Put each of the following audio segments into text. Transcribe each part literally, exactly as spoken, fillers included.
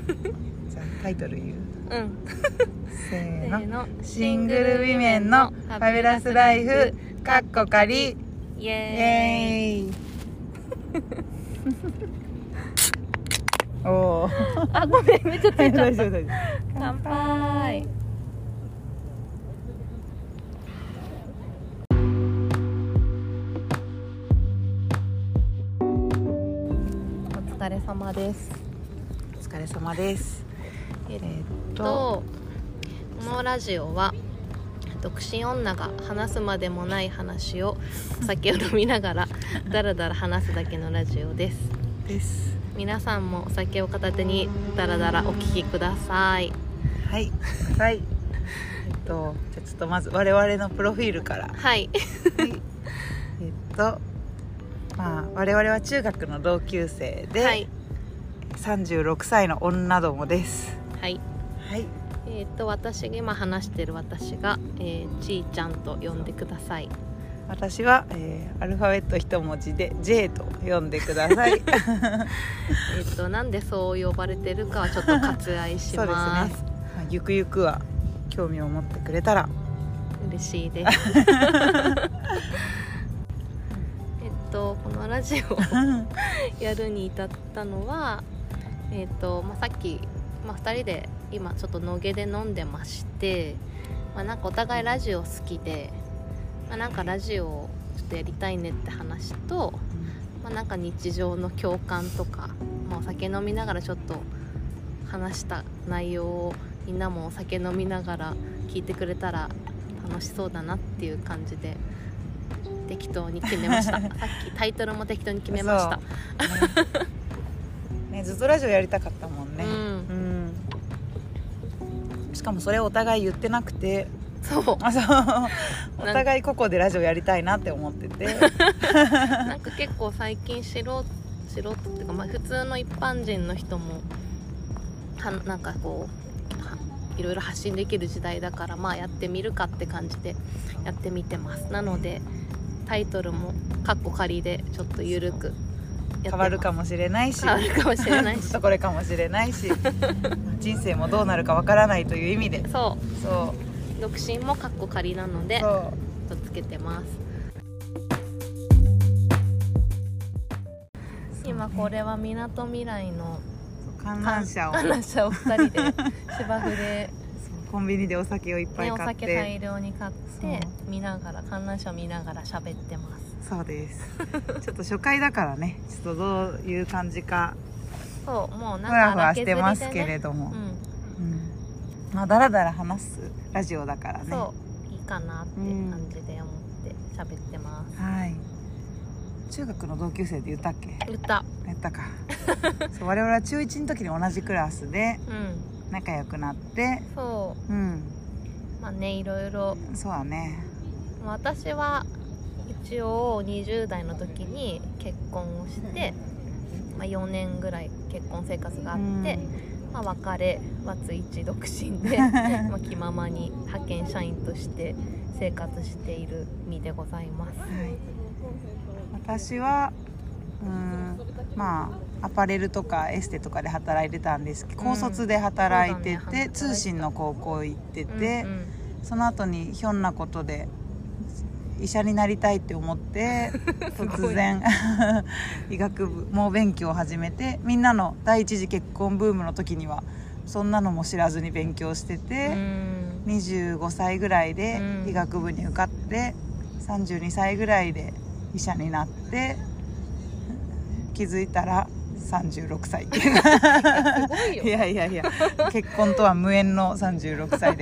じゃあタイトル言う。 うんせーせーの。 のシングルウィメンのファビュラスライフかっこかり。 イイエーイ。 エーイおーあ、ごめん、めっちゃついちゃった大丈夫大丈夫。 乾杯。お疲れ様です。 お疲れ様です。 えっえーっととこのラジオは独身女が話すまでもない話をお酒を飲みながらだらだら話すだけのラジオです。 です皆さんもお酒を片手にだらだらお聞きください。 はいはいえっとじゃあちょっとまず我々のプロフィールからはいはいえっとまあ我々は中学の同級生で、 はいさんじゅうろくさいの女どもです。 はいはいえっと私が今話してる私が、えー、ちーちゃんと呼んでください。 私は、えーアルファベット一文字で ジェイ と呼んでくださいえっとなんでそう呼ばれてるかはちょっと割愛しそうですね、 ます。 まあ、ゆくゆくは興味を持ってくれたら嬉しいですえっとこのラジオをやるに至ったのはえっと、まあ、さっき、まあ、ふたりで今ちょっと野毛で飲んでまして、まあ、なんかお互いラジオ好きで、まあ、なんかラジオをちょっとやりたいねって話と、まあ、なんか日常の共感とか、まあ、お酒飲みながらちょっと話した内容をみんなもお酒飲みながら聞いてくれたら楽しそうだなっていう感じで適当に決めましたさっきタイトルも適当に決めました、 ねね、ずっとラジオやりたかったもんね、 うんうんしかもそれをお互い言ってなくてそうあそうお互い個々でラジオやりたいなって思っててなんか結構最近素人素人っていうか、まあ、普通の一般人の人もはなんかこういろいろ発信できる時代だから、まあやってみるかって感じでやってみてます。なのでタイトルもカッコ仮でちょっとゆるくやってます。 変わるかもしれないし変わるかもしれないしずっとこれかもしれないし人生もどうなるかわからないという意味でそうそう独身もカッコ仮なのでそうちょっとつけてます。今これはみなとみらいの観覧車を観覧車をふたりで芝生で、 コンビニでお酒をいっぱいね、お買って、 酒大量に買ってそう見ながら観覧車を見ながら喋ってます。 そうですちょっと初回だからねちょっとどういう感じかそうもうなんかふわふわして荒削りでねますけれども、 うんうんまあだらだら話すラジオだからねそういいかなって感じで思って喋ってます、 はい中学の同級生って言ったっけ言った言ったかそう我々は中いちの時に同じクラスでうん仲良くなってそううんまあねいろいろそうだね私は一応にじゅう代の時に結婚をして、まあ、よねんぐらい結婚生活があって、 うんまあ、別れバツイチ独身でまあ気ままに派遣社員として生活している身でございます。 はい、私はうんまあアパレルとかエステとかで働いてたんですけど、 うん高卒で働いてて、 そうだね通信の高校行ってて、 うんうんその後にひょんなことで医者になりたいって思って突然医学部も勉強を始めて、みんなの第一次結婚ブームの時にはそんなのも知らずに勉強してて、 うんにじゅうごさいぐらいで医学部に受かって、さんじゅうにさいぐらいで医者になって気づいたらさんじゅうろくさいっていうすごいよいやいやいや結婚とは無縁のさんじゅうろくさいで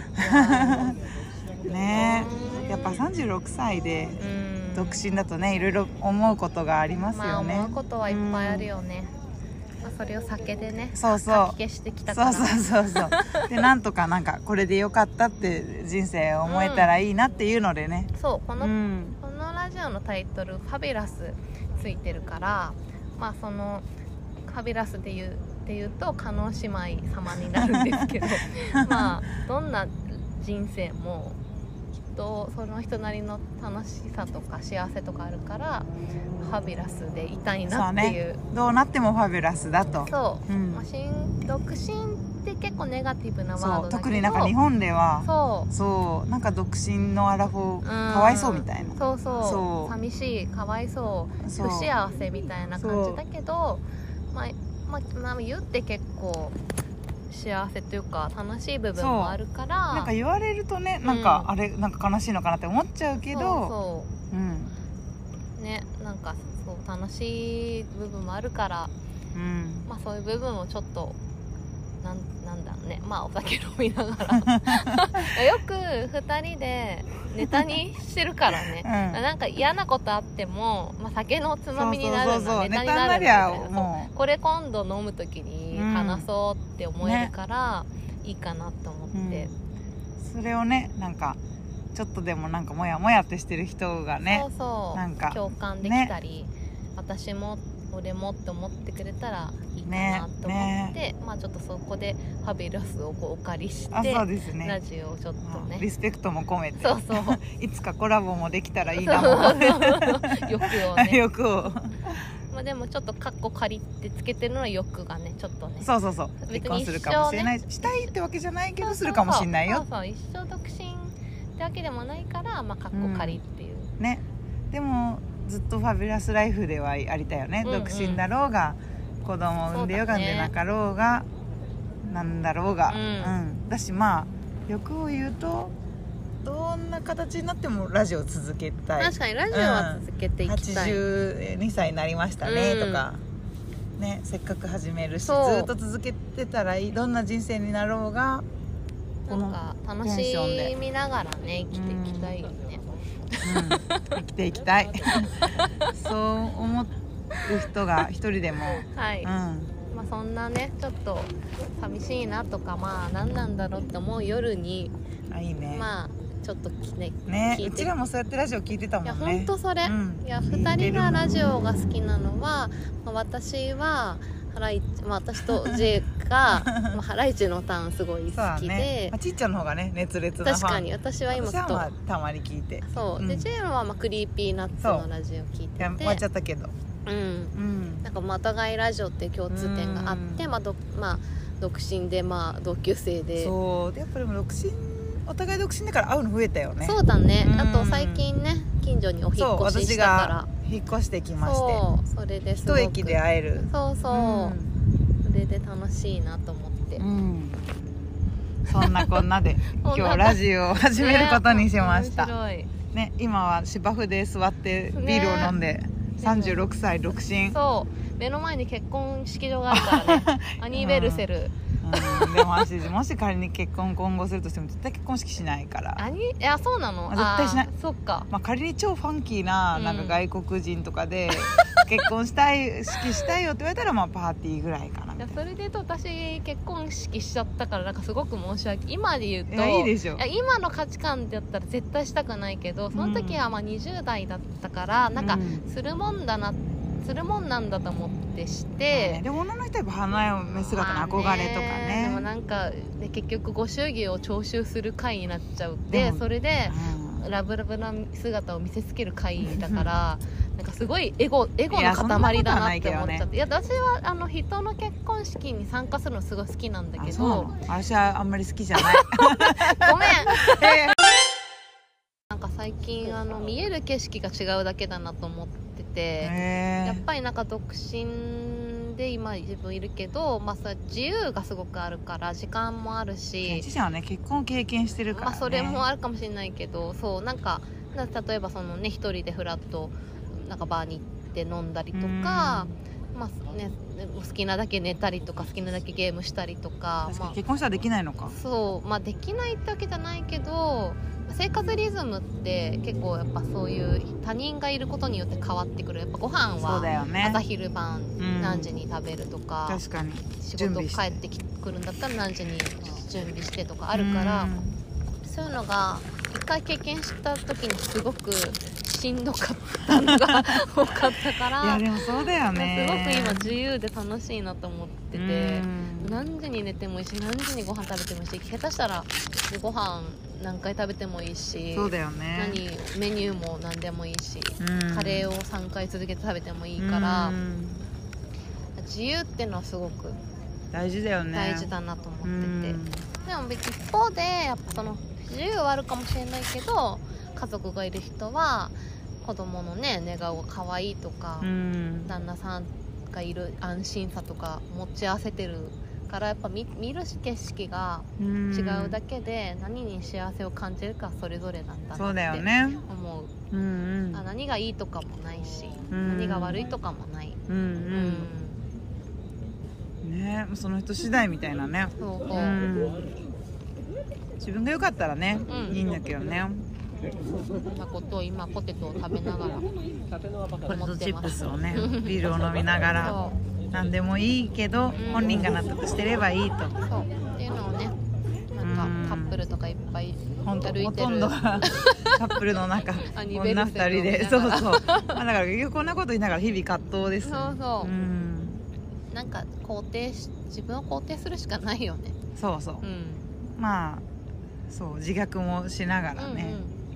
ねえやっぱさんじゅうろくさいでうん独身だとねいろいろ思うことがありますよね、 まあ思うことはいっぱいあるよね、まあ、それを酒でねそうそうかき消してきたからそうそうそうそうでなんとかなんかこれでよかったって人生を思えたらいいなっていうのでね、 そうこの、 うんこのラジオのタイトル「ファビュラス」ついてるから、まあそのファビュラスで言うっていうと叶姉妹様になるんですけどまあどんな人生もきっとその人なりの楽しさとか幸せとかあるからファビュラスでいたいなっていう。 そうね、どうなってもファビュラスだと。 そう、 うんまあ、新独身って結構ネガティブなワードだけど、 そう特になんか日本ではそうそうなんか独身のアラフォーかわいそうみたいな、 そうそうそう寂しいかわいそうそう不幸せみたいな感じだけど、まあまあまあ、言って結構幸せというか楽しい部分もあるからなんか言われるとねなんか、うん、あれなんか悲しいのかなって思っちゃうけど、 そうそう、うん、ねなんかそう楽しい部分もあるから、うん、まあそういう部分をちょっとなんなんだろうね、まあお酒飲みながらよくふたりでネタにしてるからね、うん、なんか嫌なことあっても、まあ、酒のつまみになるのネタになるみたいな、これ今度飲む時に話そうって思えるから、うんね、いいかなと思って、 うん、それをねなんかちょっとでもなんかモヤモヤってしてる人がねそうそうなんか共感できたり、ね、私も俺もって思ってくれたらいいかなと思って、ねね、まあちょっとそこでファビュラスをこうお借りして、 そうですね、 ラジオをちょっとねリスペクトも込めてそうそういつかコラボもできたらいいなも欲をね欲をまあでもちょっとカッコ借りってつけてるのは欲がねちょっとねそうそうそう結婚するかもしれない、ね、したいってわけじゃないけどするかもしれないよ。 そうそう一生独身ってわけでもないからまあカッコ借りっていう、 うん、ねでもずっとファビュラスライフではありたいよね、うんうん、独身だろうが子供を産んでよがんでなかろうがなんだろうが、うんうん、だしまあ欲を言うとどんな形になってもラジオ続けたい。 確かにラジオは続けていきたい、うん、 はちじゅうにさいになりましたね、うん、とかねせっかく始めるしずっと続けてたらいいどんな人生になろうがなんか楽しみながらね生きていきたいよね、 うん、生きていきたいそう思う人が一人でもはい、うん、まあそんなねちょっと寂しいなとかまあ何なんだろうって思う夜にあいいねまあちょっとねねうちらもそうやってラジオ聞いてたもんね。 いやほんとそれ、うん、いやふたりがラジオが好きなのは、まあ、私はハライチ、まあ、私と J がまあハライチのターンすごい好きで、 ねまあ、ちっちゃんの方がね熱烈なファン。 確かに私は今ちょっとたまに聞いてそう、うん、で J はまあクリーピーナッツのラジオ聞いてて終わっちゃったけどうん、うん、なんかまあお互いラジオっていう共通点があって、まあどまあ、独身でまあ同級生でそうでやっぱり独身お互い独身だから会うの増えたよね。 そうだね、うん、あと最近ね近所にお引っ越ししたから引っ越してきましてそうそれですごく一駅で会えるそうそう、うん、それで楽しいなと思って、うん、 そんなこんなで今日ラジオを始めることにしました、 ね、面白いね、今は芝生で座ってビールを飲んで、ね、さんじゅうろくさい独身そう目の前に結婚式場があるからねアニーベルセル、うんうん、でも私もし仮に結婚今後するとしても絶対結婚式しないからあにいやそうなの絶対しない。 そっか、 まあ、仮に超ファンキーな、なんか外国人とかで結婚したい式したいよって言われたらまあパーティーぐらいかな。 いやそれで言うと私結婚式しちゃったからなんかすごく申し訳今で言うといやいいでしょ。 いや今の価値観だったら絶対したくないけどその時はまあにじゅう代だったから、うん、なんかするもんだなするもんなんだと思ってして、 ね、でも女の人は花嫁姿の憧れとかね、 でもなんかで結局ご祝儀を徴収する会になっちゃうってそれで、うん、ラブラブな姿を見せつける会だからなんかすごいエゴエゴの塊だなって思っちゃって、いや私はあの人の結婚式に参加するのすごい好きなんだけど、 私はあんまり好きじゃないごめん、えー、なんか最近あの見える景色が違うだけだなと思ってて、やっぱりなんか独身で今自分いるけど、まあ、さ自由がすごくあるから時間もあるし、 ちちゃんはね結婚を経験してるからね、 まあ、それもあるかもしれないけど、そうなんか例えばそのね一人でフラッとなんかバーに行って飲んだりとか、まあね、好きなだけ寝たりとか好きなだけゲームしたりとか、 確かに結婚したらできないのか、 まあ、そうまあできないってわけじゃないけど生活リズムって結構やっぱそういう他人がいることによって変わってくる。やっぱご飯は朝昼晩何時に食べるとか、 うん、確かに仕事帰ってくるんだったら何時に準備してとかあるから、うん、そういうのが一回経験した時にすごくしんどかったのが多かったからいやでもそうだよね、 すごく今自由で楽しいなと思ってて、 うん、 何時に寝てもいいし何時にご飯食べてもいいし、下手したらご飯何回食べてもいいし、 そうだよね。 何メニューも何でもいいし、 うんカレーをさんかい続けて食べてもいいから、 うん自由っていうのはすごく大事だよね。 大事だなと思ってて、 うんでも別に一方でやっぱその不自由はあるかもしれないけど、家族がいる人は子供のね寝顔が可愛いとか、 うん旦那さんがいる安心さとか持ち合わせてるから、やっぱ 見, 見る景色が違うだけで何に幸せを感じるかそれぞれなんだそうだなってよね。 思う。 うんうんあ何がいいとかもないし、 うん何が悪いとかもない。 うんうんうんね、その人次第みたいなね。 そうそう、 うん自分が良かったらね、 うんいいんだけどね。 そんなことを今ポテトを食べながらポテトチップ思ってます。 スをね、ビールを飲みながら、 そう何でもいいけど、 ん本人が納得してればいいと。 そうっていうのをね、なんうんかカップルとかいっぱいほんとほ歩いてるとんどがカップルの中アニベル女セルを二人で、 見ながらそうそう、まあ、だから結局こんなこと言いながら日々葛藤です。 そうそう、 うんなんか肯定し自分を肯定するしかないよね。 そうそう、 うんまあそう自覚もしながらね、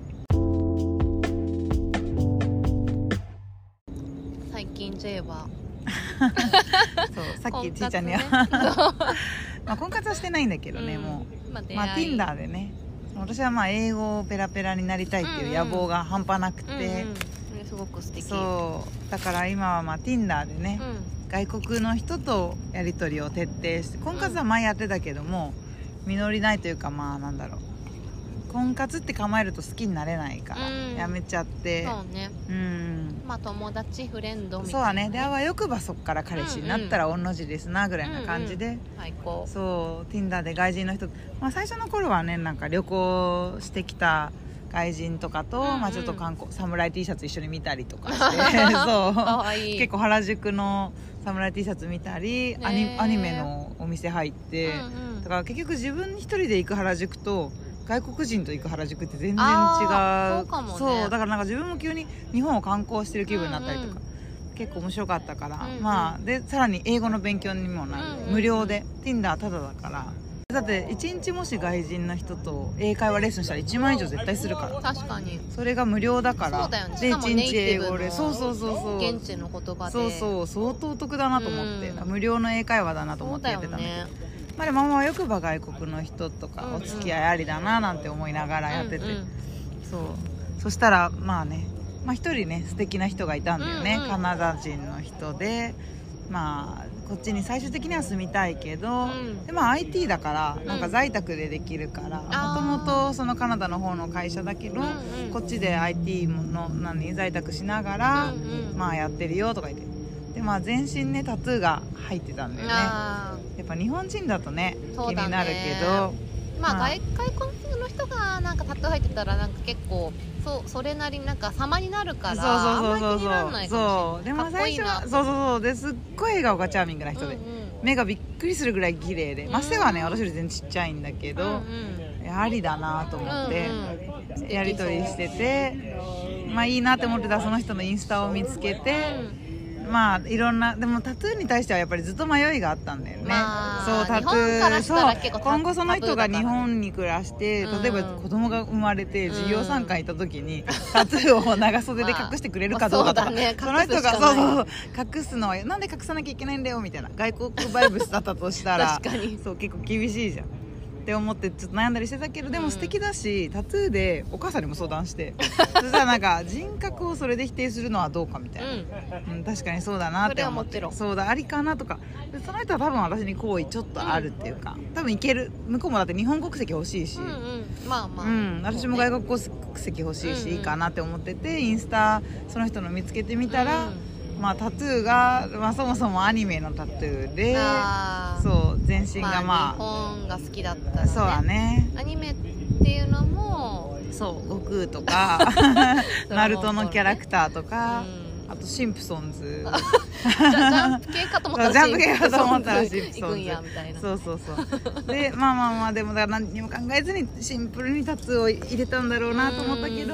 うんうん、最近 J はそうさっき婚活ねちいちゃんにはまあ婚活はしてないんだけどね、 うんもまあ、出う、まあ、 会い Tinder でね、私はまあ英語ペラペラになりたいっていう野望が半端なくて、 うんうん、それすごく素敵。 そうだから今はまあ Tinder でね、 うん外国の人とやり取りを徹底して、婚活は前やってたけども実りないというか、まあなんだろう、婚活って構えると好きになれないからうんやめちゃって、 そうね、 うんまあ友達フレンドみたいな、 そうだね。であわよくばそっから彼氏になったら御の字ですなぐらいな感じで、 最高。 そう Tinder で外人の人、まあ、最初の頃はねなんか旅行してきた外人とかと、 うんうんまあ、ちょっと観光侍 T シャツ一緒に見たりとかしてそうかわいい。 結構原宿の侍 T シャツ見たり、アニへーアニメのお店入って、 うんうんだから結局自分一人で行く原宿と外国人と行く原宿って全然違う。 あーそうかもねそうだからなんか自分も急に日本を観光してる気分になったりとか、 うんうん結構面白かったから、 うんうんまあでさらに英語の勉強にもなる、 うんうん無料で Tinder タダだから。だっていちにちもし外人の人と英会話レッスンしたらいちまん以上絶対するから、 確かにそれが無料だから。 そうだよね。 でしかもネイティブいちにち英語で、そうそうそうそう、 の現地の言葉で。 そうそう相当お得だなと思って、 うん無料の英会話だなと思ってやってたんだけど、 そうだよね。 まあでもまあよくば外国の人とかお付き合いありだななんて思いながらやってて、 うんうんそうそしたらまあね、まあ一人ね素敵な人がいたんだよね、 うんうんカナダ人の人で、まあこっちに最終的には住みたいけど、 うんでまあ アイティー だからんなんか在宅でできるから、 あーもともとそのカナダの方の会社だけど、 うんうんこっちで アイティー の何在宅しながら、 うんうんまあやってるよとか言って、でまあ全身ねタトゥーが入ってたんだよね。 あやっぱ日本人だとねそうだね気になるけど、 ーまあ、 まあ外外国の人がなんかタトゥー入ってたらなんか結構そうそれなりになんか様になるからそうそうそうそうあんまり気にならないかもしれない。 そうでも最初はかっこいいなそうそうそうですっごい笑顔がチャーミングな人で、 うんうん目がびっくりするぐらい綺麗で、まあ背はね私より全然ちっちゃいんだけど、 うんうんやはりだなと思って、 うんうんやり取りしてて、まあいいなって思ってたその人のインスタを見つけて、まあいろんな、でもタトゥーに対してはやっぱりずっと迷いがあったんだよね、 まあそうタトゥ日本からーしたら結構そう今後その人が日タブーだから本に暮らして、 うん例えば子供が生まれてうん授業参観行った時に、タトゥーを長袖で隠してくれるかどうかとか、 まあそうだねその人が隠すしかそうないそう隠すのはなんで隠さなきゃいけないんだよみたいな、外国バイブスだったとしたら確かにそう結構厳しいじゃんって思ってちょっと悩んだりしてたけど、でも素敵だし、タトゥーでお母さんにも相談してそしたらなんか人格をそれで否定するのはどうかみたいな、 うんうん、確かにそうだなって思って、 それはもちそうだありかなとかで、その人は多分私に好意ちょっとあるっていうか、多分いける、向こうもだって日本国籍欲しいし、 うんうんまあまあ、 うん、私も外国国籍欲しいし、 うんうんいいかなって思ってて、インスタその人の見つけてみたら、 うんまあタトゥーが、まあ、そもそもアニメのタトゥーで、 あーそう全身がまあ、 日本が好きだったら、ね、 そうだね、 アニメっていうのもそう悟空とかナルトのキャラクターとか、 うんあとシンプソンズジャジャンプ系かと思ったらジャンプ系かと思ったらシンプソンズ行くんやみたいな。 そうそうそうでまあまあまあでもだから何にも考えずにシンプルにタトゥーを入れたんだろうなと思ったけど、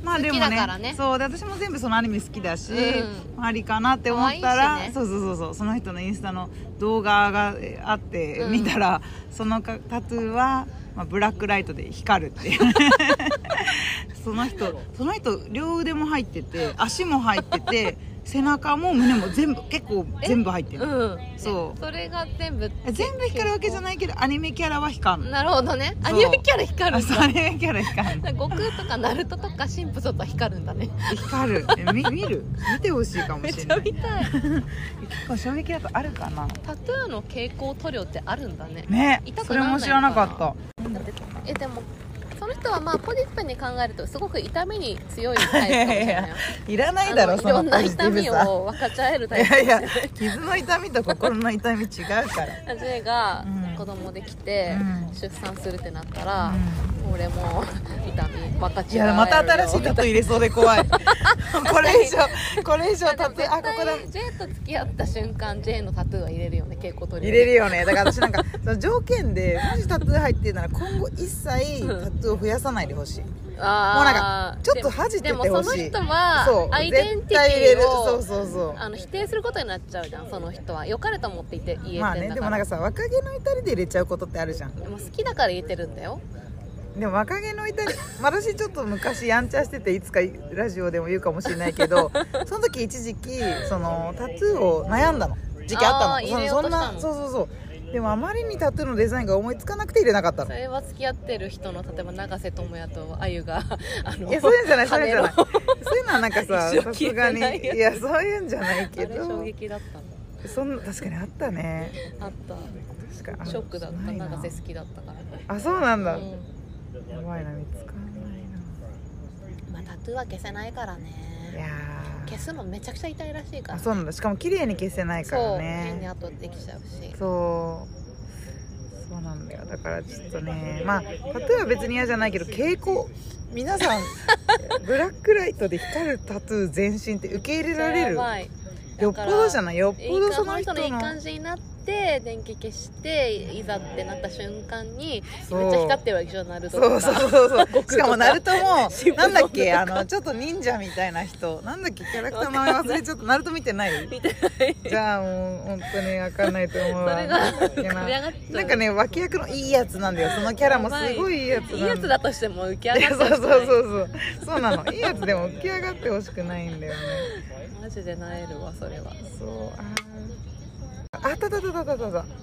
まあでも好きだからねそうで私も全部そのアニメ好きだし、 うんありかなって思ったら、 可愛いしねそうそうそうそうその人のインスタの動画があってうん見たら、そのかタトゥーは、まあ、ブラックライトで光るっていうその人その人両腕も入ってて足も入ってて背中も胸も全部結構全部入ってる、 うんそうそれが全部全部光るわけじゃないけどアニメキャラは光るの。 なるほどね。 そうアニメキャラ光るんだ。 あそうアニメキャラ光るの悟空とかナルトとか神父とか光るんだね。 光るえ見見る見てほしいかもめっちゃしれない見たい。 結構衝撃だとあるかなタトゥーの蛍光塗料ってあるんだね。 ね痛くそれなんないのかなも知らなかっただってえでもその人はまあポジティブに考えるとすごく痛みに強いタイプかもしれないよ。 いらないだろあのいろんなそのポジテ痛みィブさを分かち合えるタイいプかもやいしれないや傷の痛みと心の痛み違うからジェイがうん子供できてうん出産するってなったら、 う俺も痛み分かいち合えるよやまた新しいタトゥー入れそうで怖いこれ以上これ以上タトゥーあここだ絶対 J と付き合った瞬間 J のタトゥーは入れるよね蛍光塗料入れるよねだから私なんかその条件でもしタトゥー入ってるなら今後一切タトゥーを増やさないでほしいあもうなんかちょっと恥じててほしいでもその人はそうアイデンティ絶対入れるティをそうそうそうあの否定することになっちゃうじゃんその人は良かれと思っていて言えてんだから、 まあねでもなんかさ若気の至りで入れちゃうことってあるじゃんでも好きだから入れてるんだよでも若気の至り私ちょっと昔やんちゃしてていつかラジオでも言うかもしれないけどその時一時期そのタトゥーを悩んだの時期あったのあー入れようとしたのそそんなそうそうそうでもあまりにタトゥーのデザインが思いつかなくて入れなかったのそれは付き合ってる人の例えば永瀬智也とあゆがあのいやそういうんじゃないそういうんじゃない羽のそういうのはなんかさ一生さ消えすがにないやついやそういうんじゃないけあれ衝ど撃だったのそんな確かにあったねあった確かにショックだったないな永瀬好きだったからあそうなんだ、 うんやばいな見つかんないまあタトゥーは消せないからねないやー消すのめちゃくちゃ痛いらしいからあそうなんだしかも綺麗に消せないからそう変にね後できちゃうしそうそうなんだよだからちょっとねまあタトゥーは別に嫌じゃないけど蛍光皆さんブラックライトで光るタトゥー全身って受け入れられるやばいよっぽどじゃないよっぽどそその人の人ののいい感じになって電気消していざってなった瞬間にそうめっちゃ光ってるわけでしょナルトとかそうそうそうそう悟空とかしかもナルトもシンプルなんだっけあのちょっと忍者みたいな人なんだっけキャラクターの名前忘れちゃったナルト見てない見てないじゃあもう本当に分かんないと思うわそれがなんだっけな浮かび上がっちゃうなんかね脇役のいいやつなんだよそのキャラもすごいいいやつなんだいいやつだとしても浮き上いやがってそうそうそうそうそうなのいいやつでも浮き上がってほしくないんだよねマジでなえるわそれはそうあーあったたたたたたた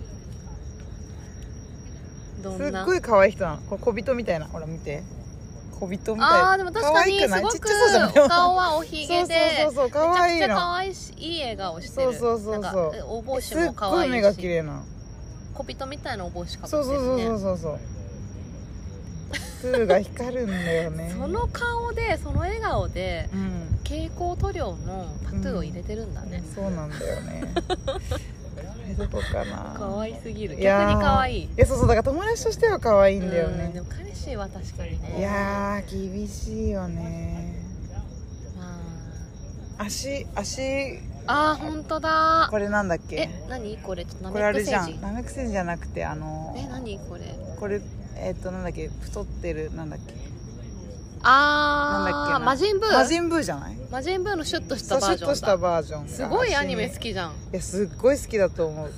すっどんなごい可愛い人なのこれ小人みたいなほら見て小人みたいあーでも確かに可愛くないすごちっちゃそうじゃんく顔はおひげでそうそうそうそう可愛いのめちゃくちゃ可愛いしいい笑顔してるそうそうそうそうなんかお帽子すっも可愛いごい目が綺し麗なの小人みたいなお帽子かぶってそうるねそうそうそうそうそうタトゥーが光るんだよねその顔でその笑顔でうん蛍光塗料のタトゥーを入れてるんだね、 そうなんだよねあれどこかな可愛すぎるいやー逆に可愛いいやそうそうだから友達としては可愛いんだようんねでも彼氏は確かにねいやー厳しいよねま足足ああー本当だこれなんだっけえ何これちょっとナこれあれじゃメック星人んナメック星人じゃなくてあのえ何これこれえっ、となんだっけ太ってるなんだっけあなんだっけなー魔人ブー魔人ブーじゃない魔人ブーのシュッとしそうたバージョンだシュッとしたバージョンがすごいアニメ足に好きじゃんいやすっごい好きだと思う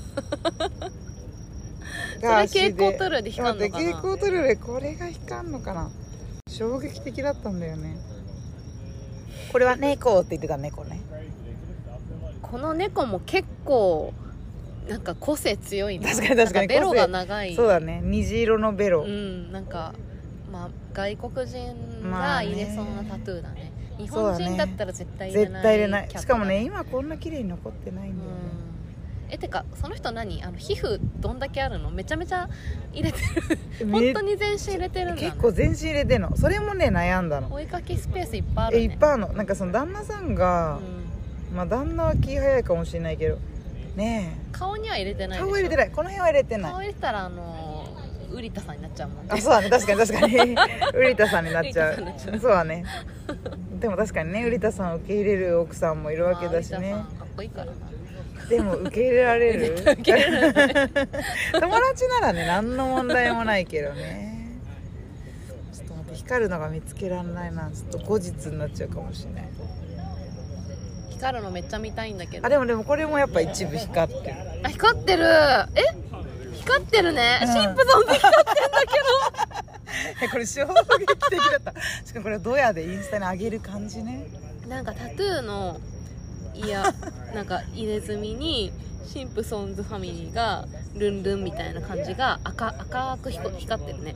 それ蛍光塗料で光んのかな待って蛍光塗料でこれが光んのかな衝撃的だったんだよねこれは猫って言ってた猫ねこの猫も結構なんか個性強いね確かに確かになんベロ個性が長いそうだね虹色のベロ、 うんなんかまあ外国人まあねが入れそうなタトゥーだね日本そうだね人だったら絶対入れ絶ない対入れないキャップだしかもね今こんな綺麗に残ってないんだよね、 うんえてかその人何あの皮膚どんだけあるのめちゃめちゃ入れてるめ本当に全身入れてるんだ、ね、 結構全身入れてんのそれもね悩んだの追いかけスペースいっぱいあるねえいっぱいあるのなんかその旦那さんが、 うんまあ旦那は気早いかもしれないけどね顔には入れてえないでしょ顔入れてないこの辺は入れてない顔入れてたらあのー、ウリタさんになっちゃうもんねあそうだね確かに確かにウリタさんになっちゃうウリタさんになっちゃうそうだねでも確かにねウリタさんを受け入れる奥さんもいるわけだしまあウリねタさんかっこいいからなでも受け入れられる絶対受け入れられない友達ならね何の問題もないけどねちょっと待って光るのが見つけられないな。ちょっと後日になっちゃうかもしれない。 光るのめっちゃ見たいんだけど。 あでもでもこれもやっぱ一部光ってる。 あ光ってる。え光ってるね。シンプソンズ光ってんだえこれ衝撃的だった。しかもこれドヤでインスタに上げる感じね。 けどなんかタトゥーのいやなんか入れ墨にシンプソンズファミリーがルンルンみたいな感じが赤赤く光ってるね。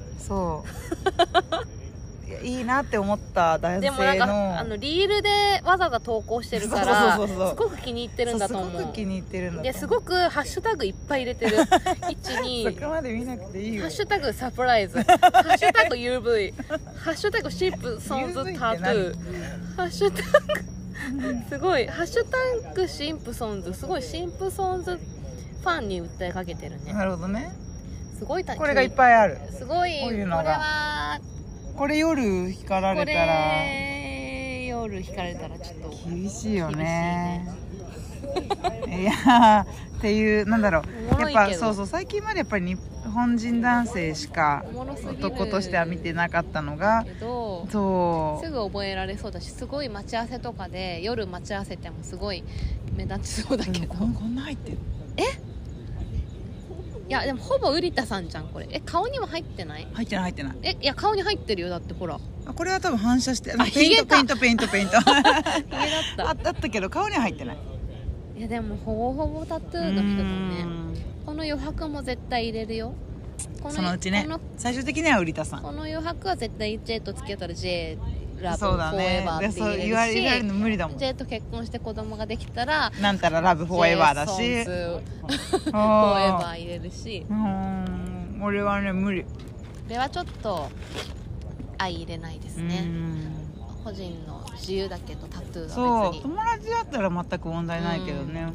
そういやいいなって思った男性の。 でもなんかあのリールでわざわざ投稿してるからそうそうそうそうすごく気に入ってるんだと思う。 すごく気に入ってるんだと思う。 ですごくハッシュタグいっぱい入れてる。いちにそこまで見なくていいよ。 ハッシュタグサプライズ、ハッシュタグ ユーブイ、ハッシュタグシンプソンズタトゥー、ハッシュタグすごいハッシュタグシンプソンズ、すごいシンプソンズファンに訴えかけてるね。 なるほどね。 すごいこれがいっぱいある。 すごい。 こういうのがこれはこれ夜光られたらこれ夜光られたらちょっと厳しいよね。いやっていうなんだろう、やっぱそうそう最近までやっぱり日本人男性しか男としては見てなかったのが、 けどそうすぐ覚えられそうだし、すごい待ち合わせとかで夜待ち合わせてもすごい目立ちそうだけど、 こんこんな入ってる。 えいやでもほぼウリタさんじゃんこれ。え顔にも入ってない？ 入ってない入ってない。 えいや顔に入ってるよ。だってほらあこれは多分反射してあペイントヒゲかペイントペイントペイントヒゲだっあた。 あったけど顔には入ってない。 いやでもほぼほぼタトゥーの人だね。この余白も絶対入れるよ。このそのうちねこの最終的にはウリタさん。 この余白は絶対 J と付き合ったら J ラブフォーそうだねエバーってでそう入れ言われるるの無理だもん。 し、 J と結婚して子供ができたらなんたらラブフォーエバーだし J ソンズフォーエあバー入れるし、 ーうーん俺はね無理。 これはちょっと相入れないですね。個人の自由だけどタトゥーそは別に。 う友達だったら全く問題ないけどね。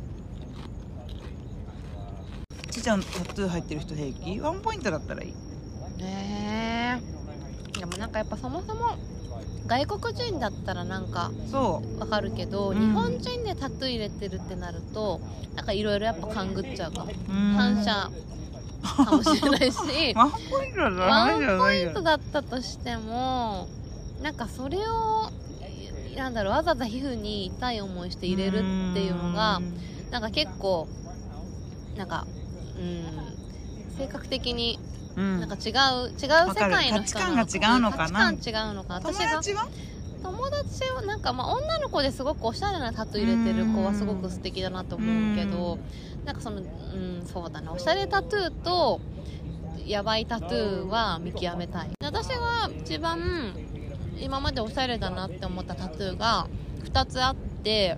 ちーちゃんタトゥー入ってる人平気？ワンポイントだったらいい。 ねえ。でもなんかやっぱそもそも外国人だったらなんかそわかるけど、 うん日本人でタトゥー入れてるってなるとなんかいろいろやっぱ勘ぐっちゃうかも。 う反射かもしれないしワンポイントだったらワダメじゃンポインないよトだったとしてもなんかそれをなんだろうわざわざ皮膚に痛い思いして入れるっていうのがなんか結構なんかうん性格的にうんなんか違う違う世界の人なのか価値観が違うのかな。 価値観違うのかな。 友私が達は友達はなんかまあ女の子ですごくおしゃれなタトゥー入れてる子はすごく素敵だなと思うけど、なんかそのうんそうだなおしゃれタトゥーとやばいタトゥーは見極めたい。私が一番今までおしゃれだなって思ったタトゥーがふたつあって、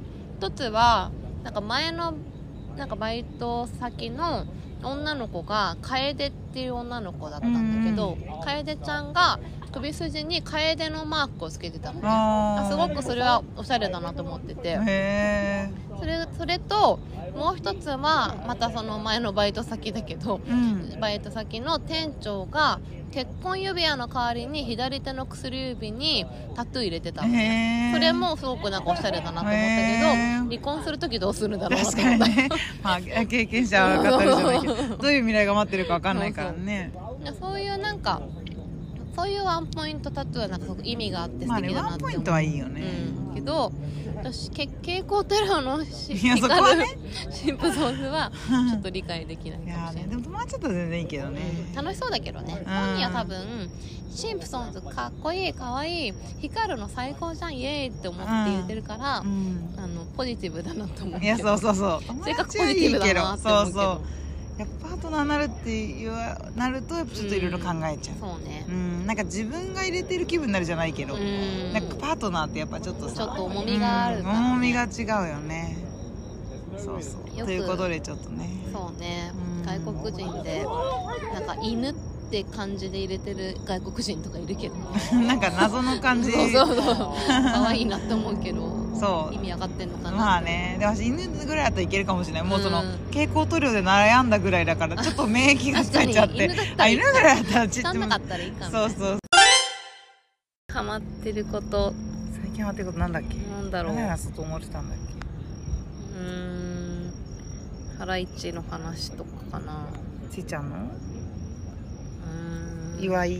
ひとつはなんか前のなんかバイト先の女の子が楓っていう女の子だったんだけど、楓ちゃんが首筋に楓のマークをつけてたのね。 あーすごくそれはおしゃれだなと思ってて、 へそれそれともう一つはまたその前のバイト先だけど、 ーうんバイト先の店長が結婚指輪の代わりに左手の薬指にタトゥー入れてたのね。 へーそれもすごくなんかおしゃれだなと思ったけへど、 ー離婚する時どうするんだろうなと確思った。 かにねまあ経験者は分かったりじゃないけどどういう未来が待ってるか分かんないからね。 いやそういうなんかそういうワンポイントタトゥーはなんかすごく意味があって素まあね敵だなって思う。 ワンポイントはいいよね。 うん、けど私け蛍光テラのシいやそこはねシンプソンズはちょっと理解できないかいやもしれない。 ねでも友達だと全然いいけどね。 うん楽しそうだけどね。本人は多分シンプソンズかっこいいかわいい光るの最高じゃんイエーイって思って言ってるから、 うんあのポジティブだなと思うけど。 いやそうそうそう性格ポジティブだなって思うけど。 そうそうやっぱパートナーになるって言わなるとやっぱちょっといろいろ考えちゃう。 そうねう。んなんか自分が入れてる気分になるじゃないけど、 うんなんかパートナーってやっぱちょっとさちょっと重みがあるからねうん重みが違うよね。そうそうよくということでちょっとねそうねうん外国人でなんか犬って感じで入れてる外国人とかいるけどなんか謎の感じそうそうそう可愛いなって思うけどそう意味わかってんのかな。 まあねで私犬ぐらいだったらいけるかもしれない。もうその、 うん蛍光塗料で悩んだぐらいだからちょっと免疫がついちゃって確かに犬だったらあ犬ぐらいだったらちょっと汚かったらいいかな。 そうそうハマってること最近ハマってることなんだっけ。 なんだろう。 何話そうと思ってたんだっうーんハライチの話とかかな。 け。ちーちゃんのうーん祝い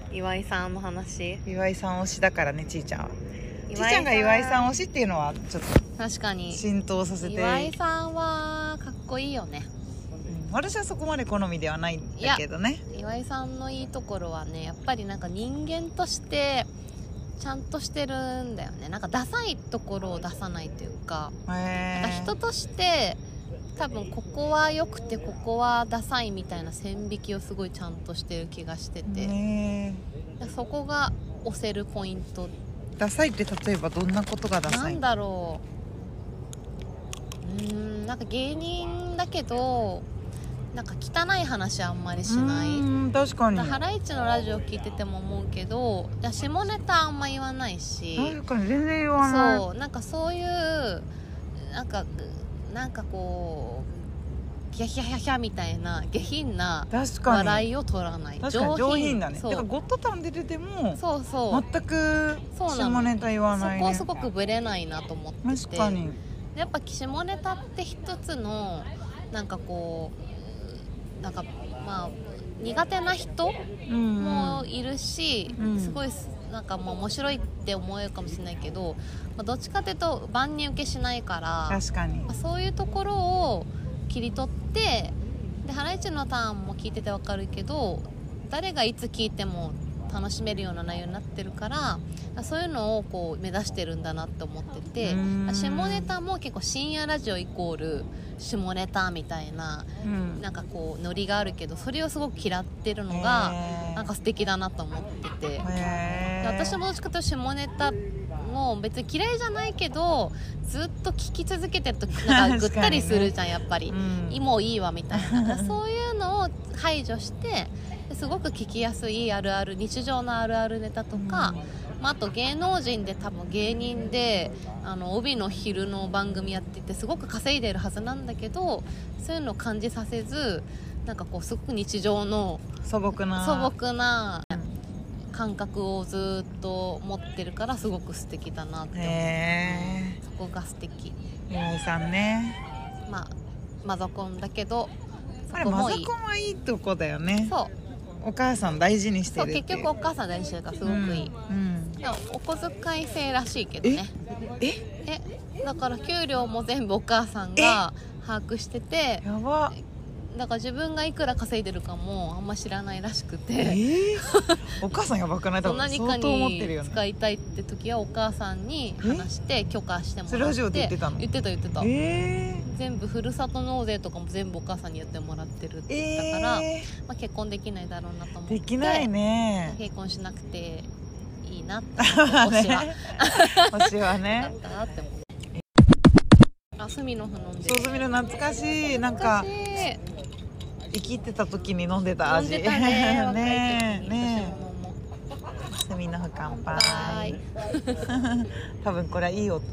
岩井さんの話。 岩井さん推しだからね、ちーちゃんは。ちー岩井ちゃんが岩井さん推しっていうのはちょっ確かにと浸透させて、 岩井さんはかっこいいよね。 うん、私はそこまで好みではないんだけどね。 岩井さんのいいところはね、やっぱりなんか人間としてちゃんとしてるんだよね。なんかダサいところを出さないというか、 へなんか人として多分ここは良くてここはダサいみたいな線引きをすごいちゃんとしてる気がしてて、 ねそこが押せるポイント。 ダサいって例えばどんなことがダサい？ なんだろう、うーんなんか芸人だけどなんか汚い話あんまりしない。 うーん確かに。 ハライチのラジオ聞いてても思うけど、じゃあ下ネタあんま言わないし、 確かに全然言わない。 そうなんかそういうなんかなんかこうギャヒャヒャヒャみたいな下品な確かに笑いを取らない。 確かに上品だね。 そうだからゴッドタン出ててもそうそう全くそうなの下ネタ言わないね。 そこすごくブレないなと思ってて、 確かに。 やっぱ下ネタって一つのなんかこうなんかまあ苦手な人うんもいるし、 うんすごいなんかもう面白いって思えるかもしれないけど、まあ、どっちかというと万人受けしないから、 確かにまあ、そういうところを切り取って、でハライチのターンも聞いててわかるけど誰がいつ聞いても楽しめるような内容になってるから、そういうのをこう目指してるんだなって思ってて、下ネタも結構深夜ラジオイコール下ネタみたいな、 うん、 なんかこうノリがあるけど、それをすごく嫌ってるのがなんか素敵だなと思ってて、 へー、 私もどっちかというと下ネタも別に嫌いじゃないけどずっと聞き続けてるとなんかぐったりするじゃん、やっぱり、うん、もういいわみたいなそういうのを排除してすごく聞きやすいあるある日常のあるあるネタとか、うん、まあ、あと芸能人で多分芸人であの帯の昼の番組やっててすごく稼いでるはずなんだけど、そういうのを感じさせずなんかこうすごく日常の素朴な素朴な感覚をずっと持ってるからすごく素敵だなって思う。 へー、 そこが素敵。 岩井さんね、 まあマザコンだけどそあれこもいい。 マザコンはいいとこだよね。 そうお母さん大事にしてるっていう。 そう結局お母さん大事にしてるからすごくいい、 うんうん、 でもお小遣い制らしいけどね。 ええだから給料も全部お母さんが把握してて、 やば、 だから自分がいくら稼いでるかもあんま知らないらしくて、 えー、お母さんやばくない？多分何か相当思ってるよね。 に使いたいって時はお母さんに話して許可してもらって。 それラジオで言ってたの？ 言ってた言ってた、 えー、 全部ふるさと納税とかも全部お母さんにやってもらってるって言ったから、 えーまあ、結婚できないだろうなと思ってできないね。 結婚しなくていいなって推しは推しはだねったなって思ってあ、スミノフ飲んでそうすみる懐かしい。なんか生きてた時に飲んでた味。 飲んでたね若い時にねえね私も飲もう。 え。スミノフ乾は杯。 い多分これはいい音。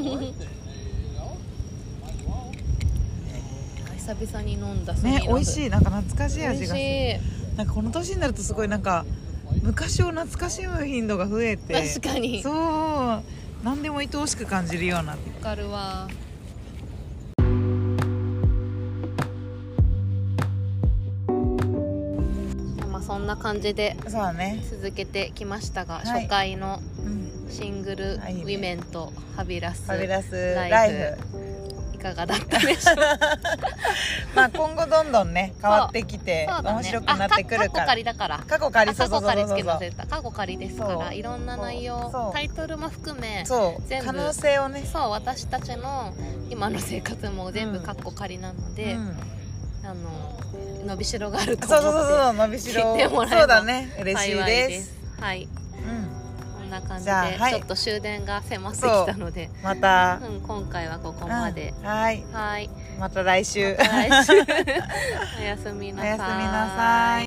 久々に飲んだスミノフね、美味しい。なんか懐かしい味がする。 美味しい。 なんかこの年になるとすごいなんか昔を懐かしむ頻度が増えて、 確かにそう何でも愛おしく感じるような。 わかるわ。まあそんな感じでそうだね。 続けてきましたが、 はい初回のうん。 シングルウはいィメンとハビラスファビュラスライフライフ。 いかがだったでしょうか。 まあ今後どんどんね変わってきてそうだね面白くなってくるあ、過去から。 仮だから過去仮、そう過去そうそうそう仮つけ忘れた。過去仮ですかそうらいろんな内容そうタイトルも含めそう全部可能性をね。 そう私たちの今の生活も全部過去仮なので、 うんあの伸びしろがあるとそうそう思ってそうそう伸びしろ聞いてもらえばそうだね嬉しい幸です。 はい、 うんこんな感じで、 じゃあはいちょっと終電が迫ってきたので、 また、 うん、今回はここまで、 うんはいはいまた来週また来週おやすみなさい。 おやすみなさい。